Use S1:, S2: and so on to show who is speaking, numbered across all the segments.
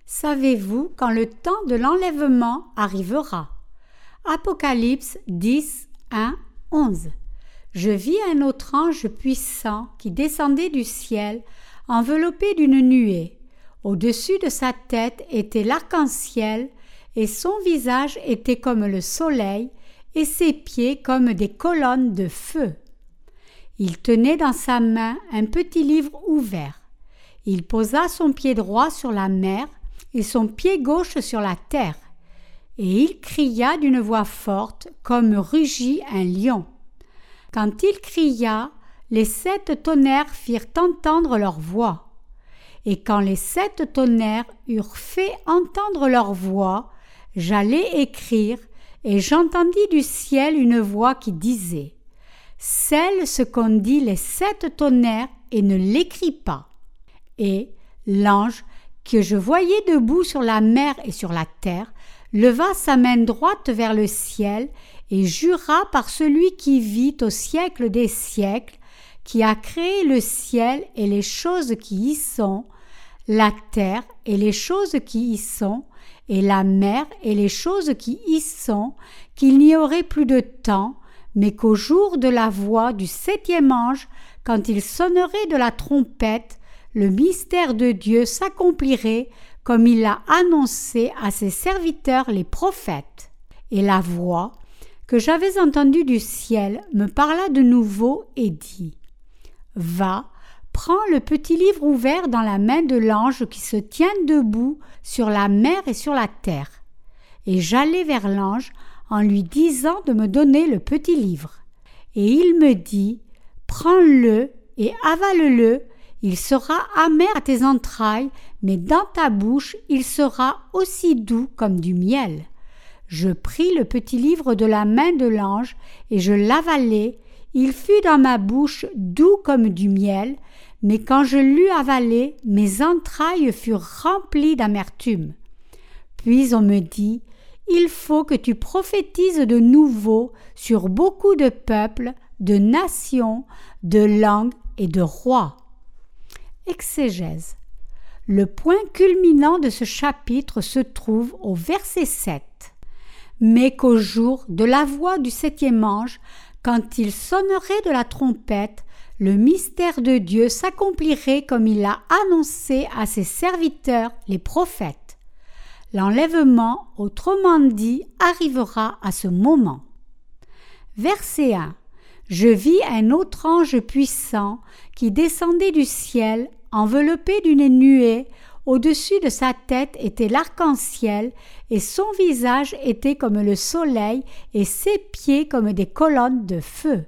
S1: Savez-vous quand le temps de l'enlèvement arrivera? Apocalypse 10, 1, 11. Je vis un autre ange puissant qui descendait du ciel, enveloppé d'une nuée. Au-dessus de sa tête était l'arc-en-ciel, et son visage était comme le soleil, et ses pieds comme des colonnes de feu. Il tenait dans sa main un petit livre ouvert. Il posa son pied droit sur la mer et son pied gauche sur la terre. Et il cria d'une voix forte, comme rugit un lion. Quand il cria, les 7 tonnerres firent entendre leur voix. Et quand les 7 tonnerres eurent fait entendre leur voix, j'allais écrire, et j'entendis du ciel une voix qui disait « Scelle ce qu'ont dit les 7 tonnerres et ne l'écris pas. » Et l'ange, que je voyais debout sur la mer et sur la terre, leva sa main droite vers le ciel et jura par celui qui vit au siècle des siècles, qui a créé le ciel et les choses qui y sont, la terre et les choses qui y sont, et la mer et les choses qui y sont, qu'il n'y aurait plus de temps, mais qu'au jour de la voix du 7e ange, quand il sonnerait de la trompette, le mystère de Dieu s'accomplirait comme il l'a annoncé à ses serviteurs les prophètes. Et la voix que j'avais entendue du ciel me parla de nouveau et dit « Va, prends le petit livre ouvert dans la main de l'ange qui se tient debout sur la mer et sur la terre. » Et j'allai vers l'ange en lui disant de me donner le petit livre. Et il me dit « Prends-le et avale-le, il sera amer à tes entrailles, mais dans ta bouche il sera aussi doux comme du miel. » Je pris le petit livre de la main de l'ange et je l'avalai. Il fut dans ma bouche doux comme du miel, mais quand je l'eus avalé, mes entrailles furent remplies d'amertume. Puis on me dit « Il faut que tu prophétises de nouveau sur beaucoup de peuples, de nations, de langues et de rois. » Exégèse. Le point culminant de ce chapitre se trouve au verset 7. Mais qu'au jour de la voix du 7e ange, quand il sonnerait de la trompette, le mystère de Dieu s'accomplirait comme il l'a annoncé à ses serviteurs, les prophètes. L'enlèvement, autrement dit, arrivera à ce moment. Verset 1. Je vis un autre ange puissant qui descendait du ciel, enveloppé d'une nuée. Au-dessus de sa tête était l'arc-en-ciel, et son visage était comme le soleil, et ses pieds comme des colonnes de feu.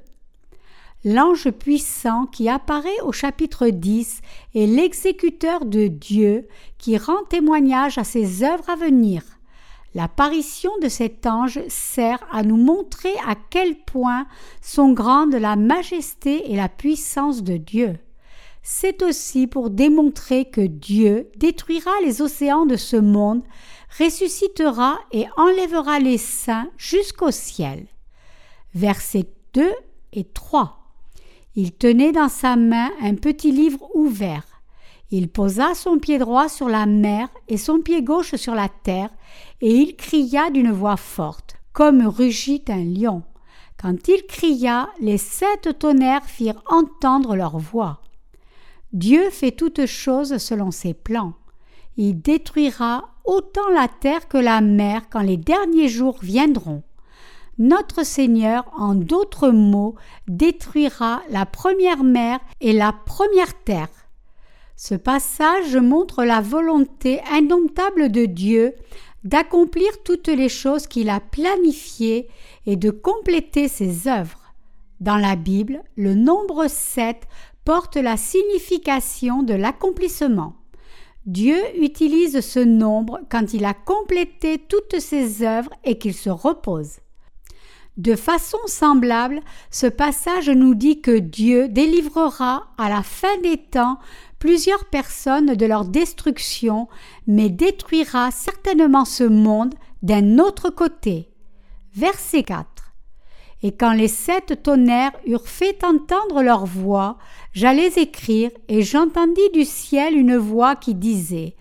S1: L'ange puissant qui apparaît au chapitre 10 est l'exécuteur de Dieu qui rend témoignage à ses œuvres à venir. L'apparition de cet ange sert à nous montrer à quel point sont grandes la majesté et la puissance de Dieu. C'est aussi pour démontrer que Dieu détruira les océans de ce monde, ressuscitera et enlèvera les saints jusqu'au ciel. Versets 2 et 3. Il tenait dans sa main un petit livre ouvert. Il posa son pied droit sur la mer et son pied gauche sur la terre, et il cria d'une voix forte, comme rugit un lion. Quand il cria, les 7 tonnerres firent entendre leur voix. Dieu fait toutes choses selon ses plans. Il détruira autant la terre que la mer quand les derniers jours viendront. Notre Seigneur, en d'autres mots, détruira la première mer et la première terre. Ce passage montre la volonté indomptable de Dieu d'accomplir toutes les choses qu'il a planifiées et de compléter ses œuvres. Dans la Bible, le nombre 7 porte la signification de l'accomplissement. Dieu utilise ce nombre quand il a complété toutes ses œuvres et qu'il se repose. De façon semblable, ce passage nous dit que Dieu délivrera à la fin des temps plusieurs personnes de leur destruction, mais détruira certainement ce monde d'un autre côté. Verset 4. Et quand les 7 tonnerres eurent fait entendre leur voix, j'allais écrire, et j'entendis du ciel une voix qui disait «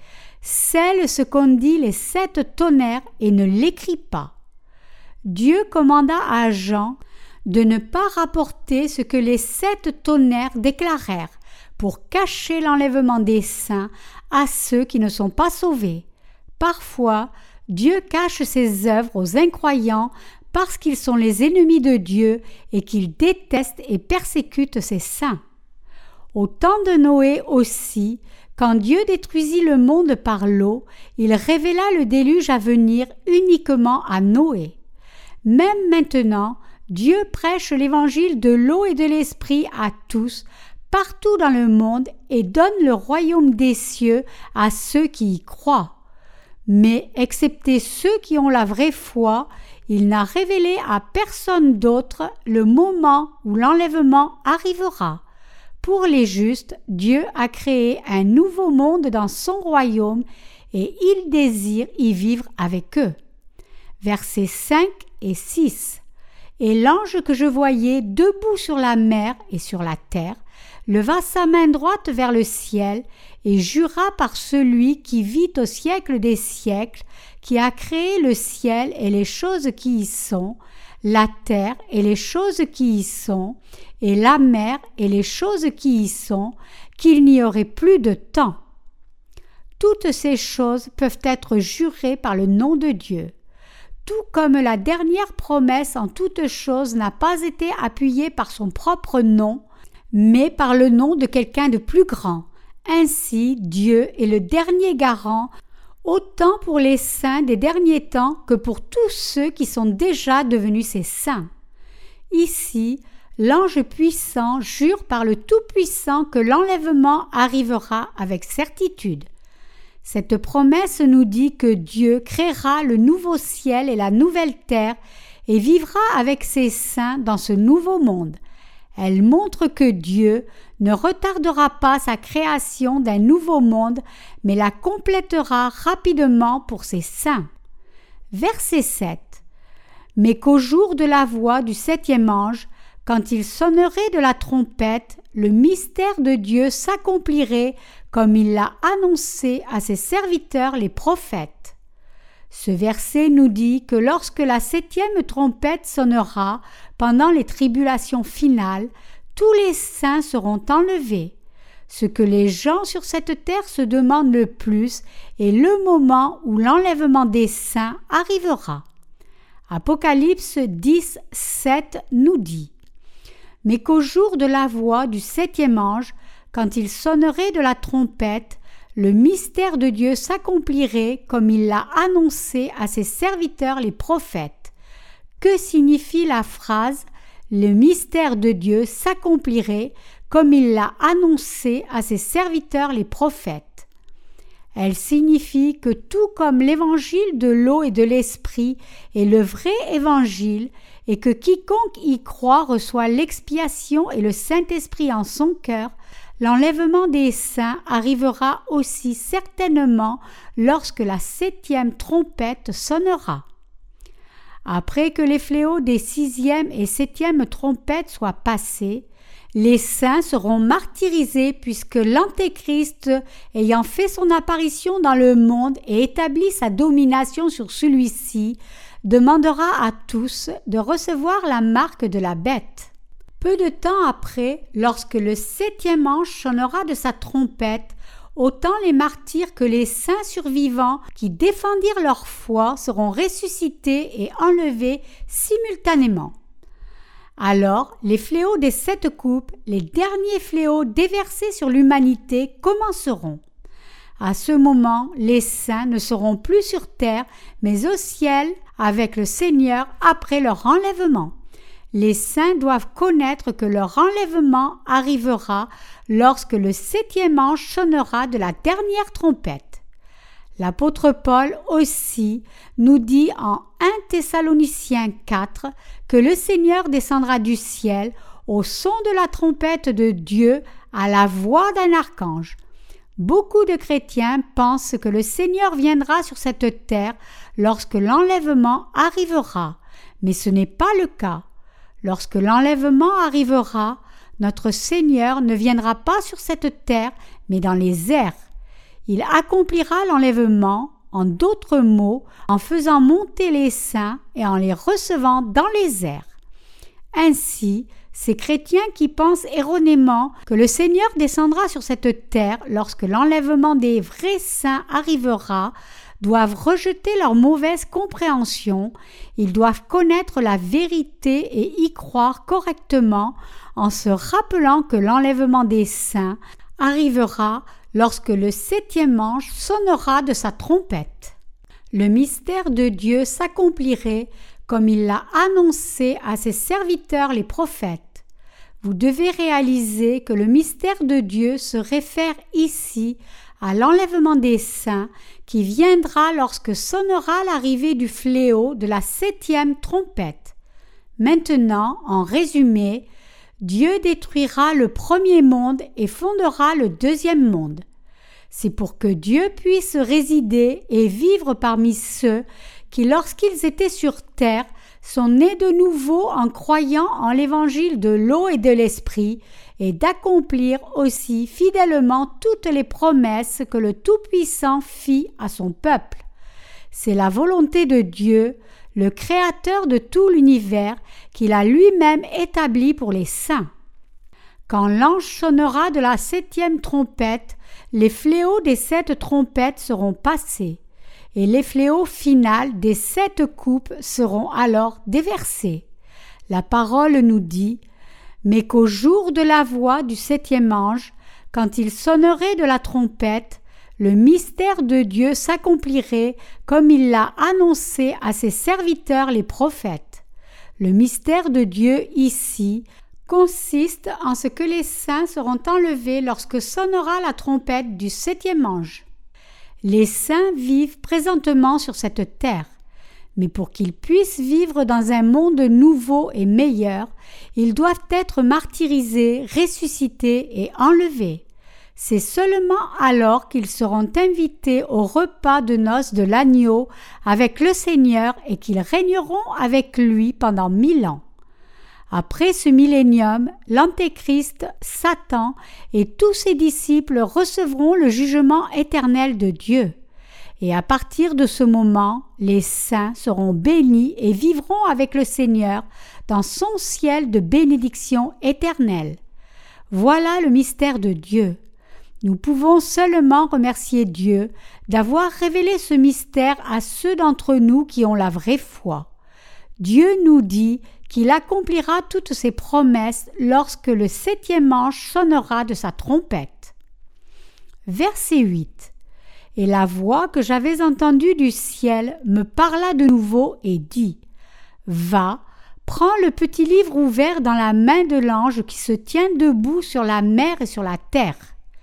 S1: scelle ce qu'ont dit les 7 tonnerres et ne l'écrit pas. Dieu commanda à Jean de ne pas rapporter ce que les 7 tonnerres déclarèrent pour cacher l'enlèvement des saints à ceux qui ne sont pas sauvés. Parfois, Dieu cache ses œuvres aux incroyants parce qu'ils sont les ennemis de Dieu et qu'ils détestent et persécutent ses saints. Au temps de Noé aussi, quand Dieu détruisit le monde par l'eau, il révéla le déluge à venir uniquement à Noé. Même maintenant, Dieu prêche l'évangile de l'eau et de l'esprit à tous, partout dans le monde, et donne le royaume des cieux à ceux qui y croient. Mais, excepté ceux qui ont la vraie foi, il n'a révélé à personne d'autre le moment où l'enlèvement arrivera. Pour les justes, Dieu a créé un nouveau monde dans son royaume et il désire y vivre avec eux. Versets 5 et 6. Et l'ange que je voyais debout sur la mer et sur la terre leva sa main droite vers le ciel et jura par celui qui vit au siècle des siècles, qui a créé le ciel et les choses qui y sont, la terre et les choses qui y sont, et la mer et les choses qui y sont, qu'il n'y aurait plus de temps. Toutes ces choses peuvent être jurées par le nom de Dieu. Tout comme la dernière promesse en toutes choses n'a pas été appuyée par son propre nom, mais par le nom de quelqu'un de plus grand. Ainsi, Dieu est le dernier garant, autant pour les saints des derniers temps que pour tous ceux qui sont déjà devenus ses saints. Ici, l'ange puissant jure par le Tout-Puissant que l'enlèvement arrivera avec certitude. Cette promesse nous dit que Dieu créera le nouveau ciel et la nouvelle terre et vivra avec ses saints dans ce nouveau monde. Elle montre que Dieu ne retardera pas sa création d'un nouveau monde, mais la complétera rapidement pour ses saints. Verset 7. Mais qu'au jour de la voix du 7e ange, quand il sonnerait de la trompette, le mystère de Dieu s'accomplirait comme il l'a annoncé à ses serviteurs les prophètes. Ce verset nous dit que lorsque la 7e trompette sonnera pendant les tribulations finales, tous les saints seront enlevés. Ce que les gens sur cette terre se demandent le plus est le moment où l'enlèvement des saints arrivera. Apocalypse 10, 7 nous dit: Mais qu'au jour de la voix du 7e ange, quand il sonnerait de la trompette, le mystère de Dieu s'accomplirait comme il l'a annoncé à ses serviteurs les prophètes. Que signifie la phrase « Le mystère de Dieu s'accomplirait comme il l'a annoncé à ses serviteurs les prophètes ». Elle signifie que tout comme l'évangile de l'eau et de l'esprit est le vrai évangile et que quiconque y croit reçoit l'expiation et le Saint-Esprit en son cœur, l'enlèvement des saints arrivera aussi certainement lorsque la 7e trompette sonnera. Après que les fléaux des 6e et 7e trompettes soient passés, les saints seront martyrisés puisque l'Antéchrist, ayant fait son apparition dans le monde et établi sa domination sur celui-ci, demandera à tous de recevoir la marque de la bête. Peu de temps après, lorsque le 7e ange sonnera de sa trompette, autant les martyrs que les saints survivants qui défendirent leur foi seront ressuscités et enlevés simultanément. Alors, les fléaux des 7 coupes, les derniers fléaux déversés sur l'humanité, commenceront. À ce moment, les saints ne seront plus sur terre, mais au ciel avec le Seigneur après leur enlèvement. Les saints doivent connaître que leur enlèvement arrivera lorsque le 7e ange sonnera de la dernière trompette. L'apôtre Paul aussi nous dit en 1 Thessaloniciens 4 que le Seigneur descendra du ciel au son de la trompette de Dieu à la voix d'un archange. Beaucoup de chrétiens pensent que le Seigneur viendra sur cette terre lorsque l'enlèvement arrivera, mais ce n'est pas le cas. Lorsque l'enlèvement arrivera, notre Seigneur ne viendra pas sur cette terre, mais dans les airs. Il accomplira l'enlèvement, en d'autres mots, en faisant monter les saints et en les recevant dans les airs. Ainsi, ces chrétiens qui pensent erronément que le Seigneur descendra sur cette terre lorsque l'enlèvement des vrais saints arrivera, doivent rejeter leur mauvaise compréhension, ils doivent connaître la vérité et y croire correctement en se rappelant que l'enlèvement des saints arrivera lorsque le 7e ange sonnera de sa trompette. Le mystère de Dieu s'accomplirait comme il l'a annoncé à ses serviteurs les prophètes. Vous devez réaliser que le mystère de Dieu se réfère ici à l'enlèvement des saints qui viendra lorsque sonnera l'arrivée du fléau de la 7e trompette. Maintenant, en résumé, Dieu détruira le premier monde et fondera le 2e monde. C'est pour que Dieu puisse résider et vivre parmi ceux qui, lorsqu'ils étaient sur terre, sont nés de nouveau en croyant en l'évangile de l'eau et de l'esprit et d'accomplir aussi fidèlement toutes les promesses que le Tout-Puissant fit à son peuple. C'est la volonté de Dieu, le Créateur de tout l'univers, qu'il a lui-même établi pour les saints. Quand l'ange sonnera de la 7e trompette, les fléaux des 7 trompettes seront passés, et les fléaux finales des 7 coupes seront alors déversés. La parole nous dit « Mais qu'au jour de la voix du 7e ange, quand il sonnerait de la trompette, le mystère de Dieu s'accomplirait comme il l'a annoncé à ses serviteurs les prophètes. » Le mystère de Dieu ici consiste en ce que les saints seront enlevés lorsque sonnera la trompette du 7e ange. Les saints vivent présentement sur cette terre, mais pour qu'ils puissent vivre dans un monde nouveau et meilleur, ils doivent être martyrisés, ressuscités et enlevés. C'est seulement alors qu'ils seront invités au repas de noces de l'agneau avec le Seigneur et qu'ils régneront avec lui pendant 1000 ans. Après ce millénium, l'Antéchrist, Satan et tous ses disciples recevront le jugement éternel de Dieu. Et à partir de ce moment, les saints seront bénis et vivront avec le Seigneur dans son ciel de bénédiction éternelle. Voilà le mystère de Dieu. Nous pouvons seulement remercier Dieu d'avoir révélé ce mystère à ceux d'entre nous qui ont la vraie foi. Dieu nous dit qu'il accomplira toutes ses promesses lorsque le 7e ange sonnera de sa trompette. Verset 8. Et la voix que j'avais entendue du ciel me parla de nouveau et dit « Va, prends le petit livre ouvert dans la main de l'ange qui se tient debout sur la mer et sur la terre. »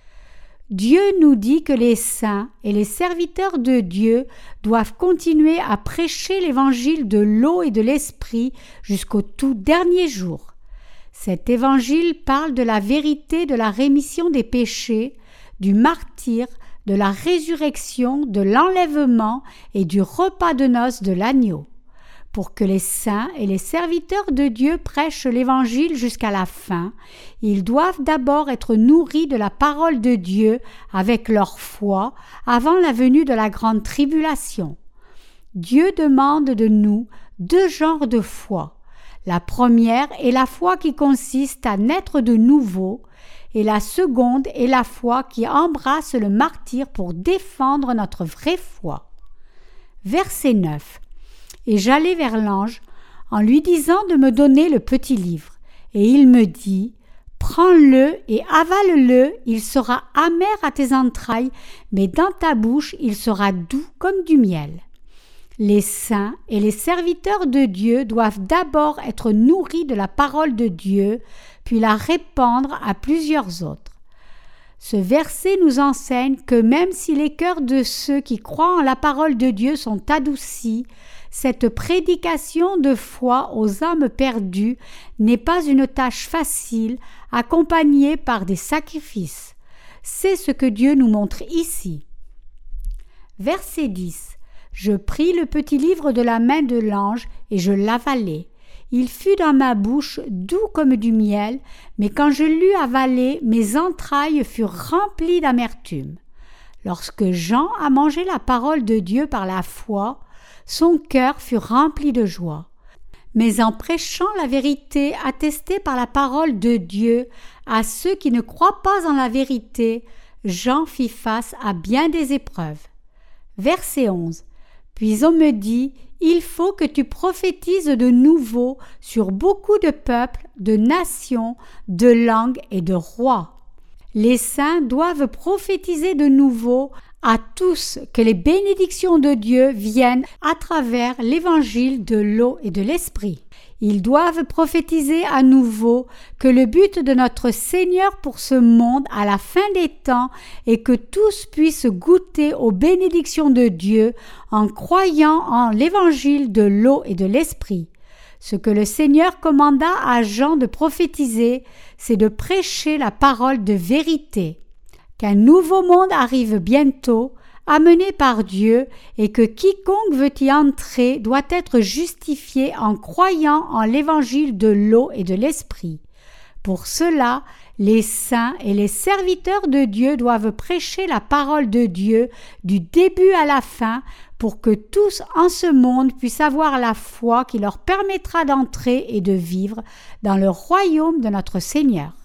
S1: Dieu nous dit que les saints et les serviteurs de Dieu doivent continuer à prêcher l'évangile de l'eau et de l'esprit jusqu'au tout dernier jour. Cet évangile parle de la vérité de la rémission des péchés, du martyre, de la résurrection, de l'enlèvement et du repas de noces de l'agneau. Pour que les saints et les serviteurs de Dieu prêchent l'Évangile jusqu'à la fin, ils doivent d'abord être nourris de la parole de Dieu avec leur foi avant la venue de la grande tribulation. Dieu demande de nous 2 genres de foi. La première est la foi qui consiste à naître de nouveau, et la seconde est la foi qui embrasse le martyre pour défendre notre vraie foi. Verset 9. Et j'allai vers l'ange en lui disant de me donner le petit livre. Et il me dit « Prends-le et avale-le, il sera amer à tes entrailles, mais dans ta bouche il sera doux comme du miel. » Les saints et les serviteurs de Dieu doivent d'abord être nourris de la parole de Dieu, puis la répandre à plusieurs autres. Ce verset nous enseigne que même si les cœurs de ceux qui croient en la parole de Dieu sont adoucis, cette prédication de foi aux âmes perdues n'est pas une tâche facile, accompagnée par des sacrifices. C'est ce que Dieu nous montre ici. Verset 10. Je pris le petit livre de la main de l'ange et je l'avalai. Il fut dans ma bouche doux comme du miel, mais quand je l'eus avalé, mes entrailles furent remplies d'amertume. Lorsque Jean a mangé la parole de Dieu par la foi, son cœur fut rempli de joie. Mais en prêchant la vérité attestée par la parole de Dieu à ceux qui ne croient pas en la vérité, Jean fit face à bien des épreuves. Verset 11. Puis on me dit, il faut que tu prophétises de nouveau sur beaucoup de peuples, de nations, de langues et de rois. Les saints doivent prophétiser de nouveau à tous que les bénédictions de Dieu viennent à travers l'évangile de l'eau et de l'esprit. Ils doivent prophétiser à nouveau que le but de notre Seigneur pour ce monde à la fin des temps est que tous puissent goûter aux bénédictions de Dieu en croyant en l'évangile de l'eau et de l'esprit. Ce que le Seigneur commanda à Jean de prophétiser, c'est de prêcher la parole de vérité, qu'un nouveau monde arrive bientôt, amené par Dieu, et que quiconque veut y entrer doit être justifié en croyant en l'évangile de l'eau et de l'esprit. Pour cela, les saints et les serviteurs de Dieu doivent prêcher la parole de Dieu du début à la fin pour que tous en ce monde puissent avoir la foi qui leur permettra d'entrer et de vivre dans le royaume de notre Seigneur.